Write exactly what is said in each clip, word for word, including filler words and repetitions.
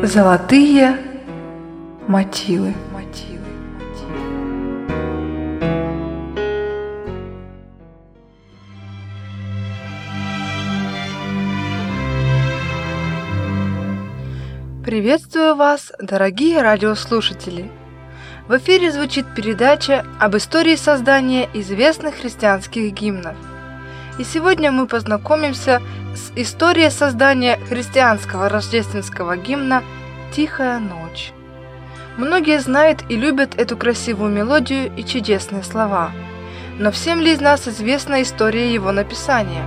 Золотые мотивы. Приветствую вас, дорогие радиослушатели! В эфире звучит передача об истории создания известных христианских гимнов. И сегодня мы познакомимся с историей создания христианского рождественского гимна «Тихая ночь». Многие знают и любят эту красивую мелодию и чудесные слова. Но всем ли из нас известна история его написания?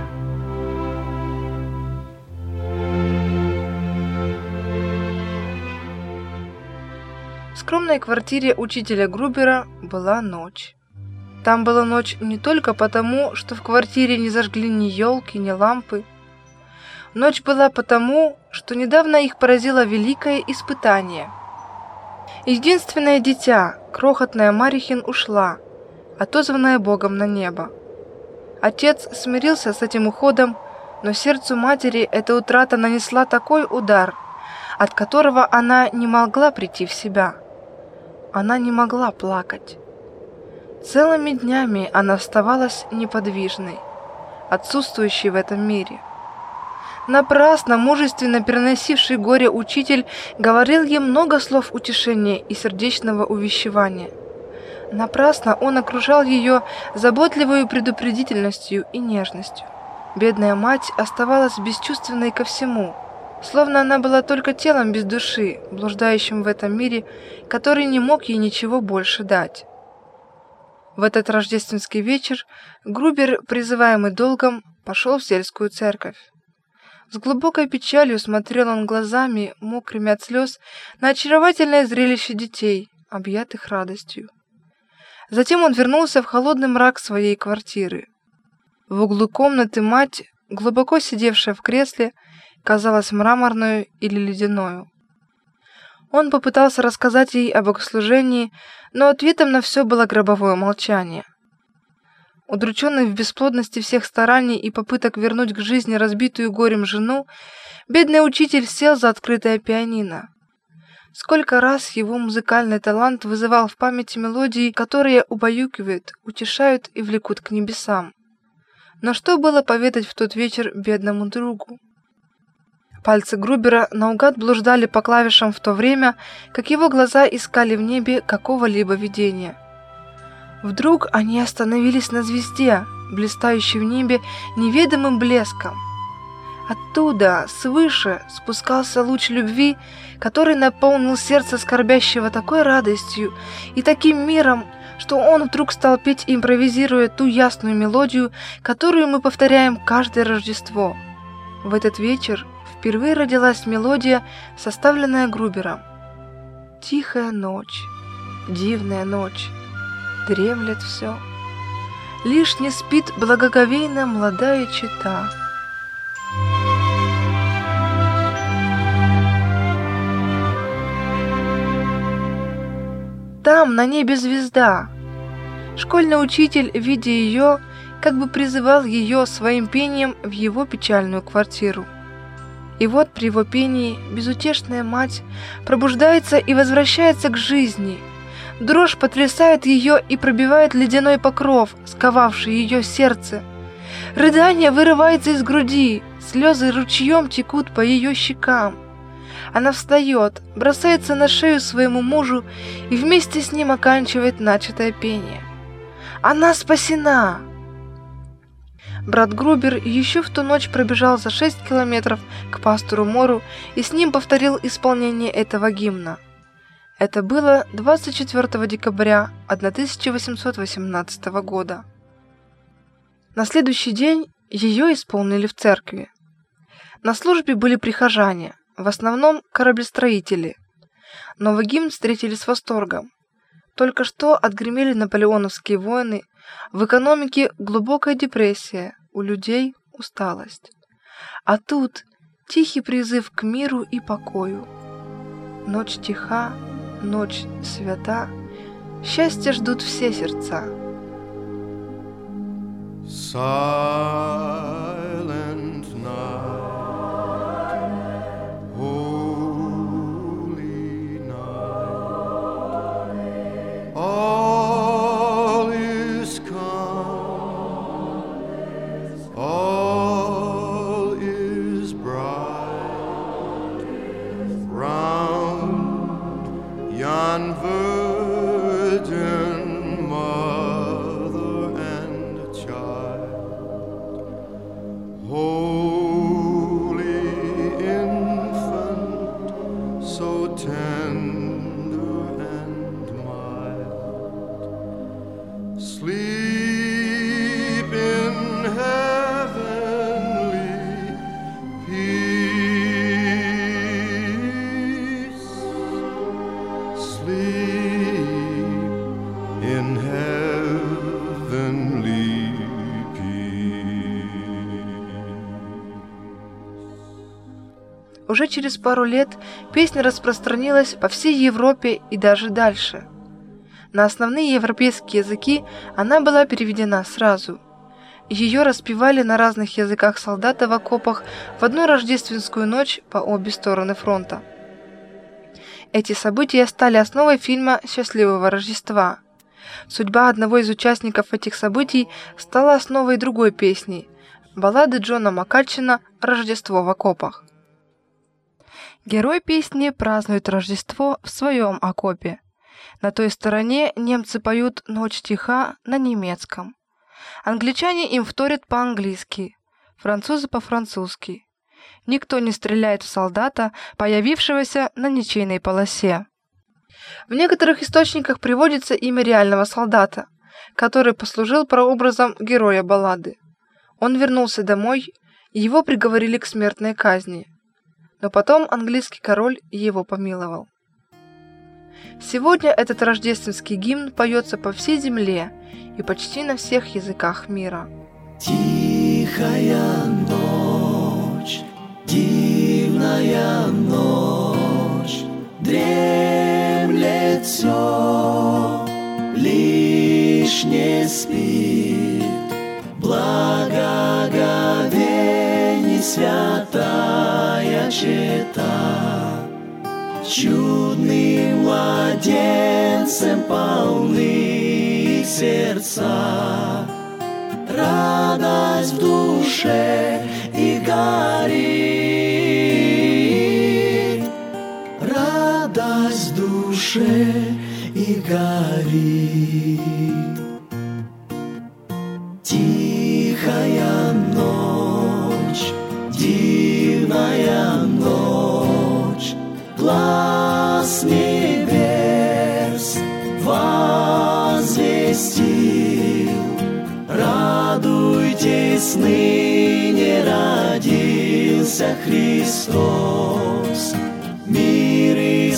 В скромной квартире учителя Грубера была ночь. Там была ночь не только потому, что в квартире не зажгли ни елки, ни лампы. Ночь была потому, что недавно их поразило великое испытание. Единственное дитя, крохотная Марихин, ушла, отозванная Богом на небо. Отец смирился с этим уходом, но сердцу матери эта утрата нанесла такой удар, от которого она не могла прийти в себя. Она не могла плакать. Целыми днями она оставалась неподвижной, отсутствующей в этом мире. Напрасно мужественно переносивший горе учитель говорил ей много слов утешения и сердечного увещевания. Напрасно он окружал ее заботливой предупредительностью и нежностью. Бедная мать оставалась бесчувственной ко всему, словно она была только телом без души, блуждающим в этом мире, который не мог ей ничего больше дать. В этот рождественский вечер Грубер, призываемый долгом, пошел в сельскую церковь. С глубокой печалью смотрел он глазами, мокрыми от слез, на очаровательное зрелище детей, объятых радостью. Затем он вернулся в холодный мрак своей квартиры. В углу комнаты мать, глубоко сидевшая в кресле, казалась мраморную или ледяною. Он попытался рассказать ей о богослужении, но ответом на все было гробовое молчание. Удрученный в бесплодности всех стараний и попыток вернуть к жизни разбитую горем жену, бедный учитель сел за открытое пианино. Сколько раз его музыкальный талант вызывал в памяти мелодии, которые убаюкивают, утешают и влекут к небесам. Но что было поведать в тот вечер бедному другу? Пальцы Грубера наугад блуждали по клавишам в то время, как его глаза искали в небе какого-либо видения. Вдруг они остановились на звезде, блистающей в небе неведомым блеском. Оттуда, свыше, спускался луч любви, который наполнил сердце скорбящего такой радостью и таким миром, что он вдруг стал петь, импровизируя ту ясную мелодию, которую мы повторяем каждое Рождество. В этот вечер впервые родилась мелодия, составленная Грубером. Тихая ночь, дивная ночь, дремлет все. Лишь не спит благоговейно молодая чета. Там, на небе, звезда. Школьный учитель, видя ее, как бы призывал ее своим пением в его печальную квартиру. И вот при его пении безутешная мать пробуждается и возвращается к жизни. Дрожь потрясает ее и пробивает ледяной покров, сковавший ее сердце. Рыдание вырывается из груди, слезы ручьем текут по ее щекам. Она встает, бросается на шею своему мужу и вместе с ним оканчивает начатое пение. Она спасена! Брат Грубер еще в ту ночь пробежал за шесть километров к пастору Мору и с ним повторил исполнение этого гимна. Это было двадцать четвёртого декабря тысяча восемьсот восемнадцатого года. На следующий день ее исполнили в церкви. На службе были прихожане, в основном кораблестроители. Новый гимн встретили с восторгом. Только что отгремели наполеоновские войны, в экономике глубокая депрессия, у людей усталость. А тут тихий призыв к миру и покою. Ночь тиха, ночь свята, счастья ждут все сердца. Silent night, holy Уже через пару лет песня распространилась по всей Европе и даже дальше. На основные европейские языки она была переведена сразу. Ее распевали на разных языках солдаты в окопах в одну рождественскую ночь по обе стороны фронта. Эти события стали основой фильма «Счастливого Рождества». Судьба одного из участников этих событий стала основой другой песни – баллады Джона Маккатчина «Рождество в окопах». Герой песни празднует Рождество в своем окопе. На той стороне немцы поют «Ночь тиха» на немецком. Англичане им вторят по-английски, французы по-французски. Никто не стреляет в солдата, появившегося на ничейной полосе. В некоторых источниках приводится имя реального солдата, который послужил прообразом героя баллады. Он вернулся домой, и его приговорили к смертной казни. Но потом английский король его помиловал. Сегодня этот рождественский гимн поется по всей земле и почти на всех языках мира. Тихая ночь, дивная ночь, дремлет все, лишь не спит, благоговение святая чета. Чудным младенцем полны сердца, радость в душе и горит, радость в душе и горит. Тихая ночь, дивная ночь, глас небес возвестил. Радуйтесь, ныне родился Христос, мир и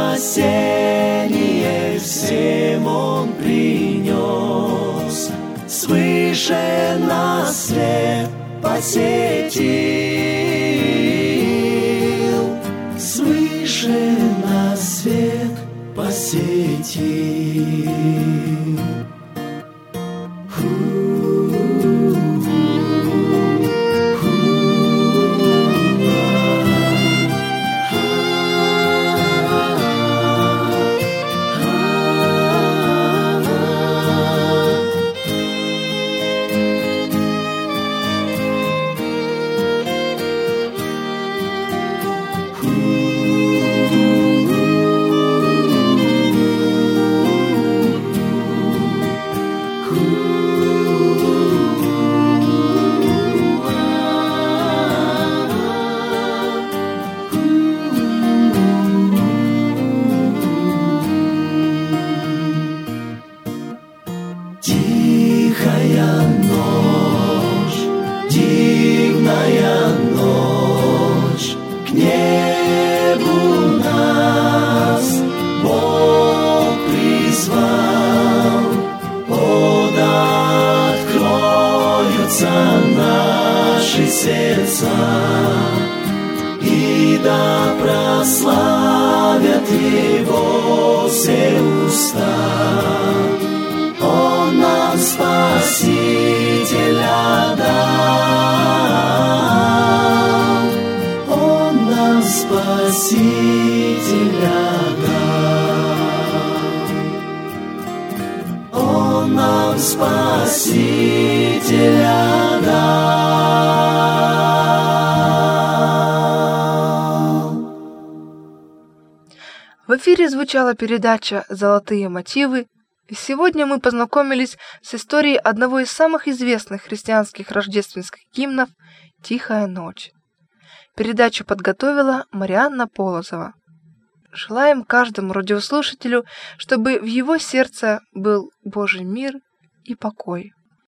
спасение всем Он принес. Свыше нас свет посетил, свыше нас свет посетил. Тихая ночь, дивная ночь, к небу нас Бог призвал. От откроются наши сердца, и да прославят Его все уста. Он нам Спасителя дал, Он нам Спасителя дал, Он нам Спасителя дал. В эфире звучала передача «Золотые мотивы». Сегодня мы познакомились с историей одного из самых известных христианских рождественских гимнов «Тихая ночь». Передачу подготовила Марианна Полозова. Желаем каждому радиослушателю, чтобы в его сердце был Божий мир и покой.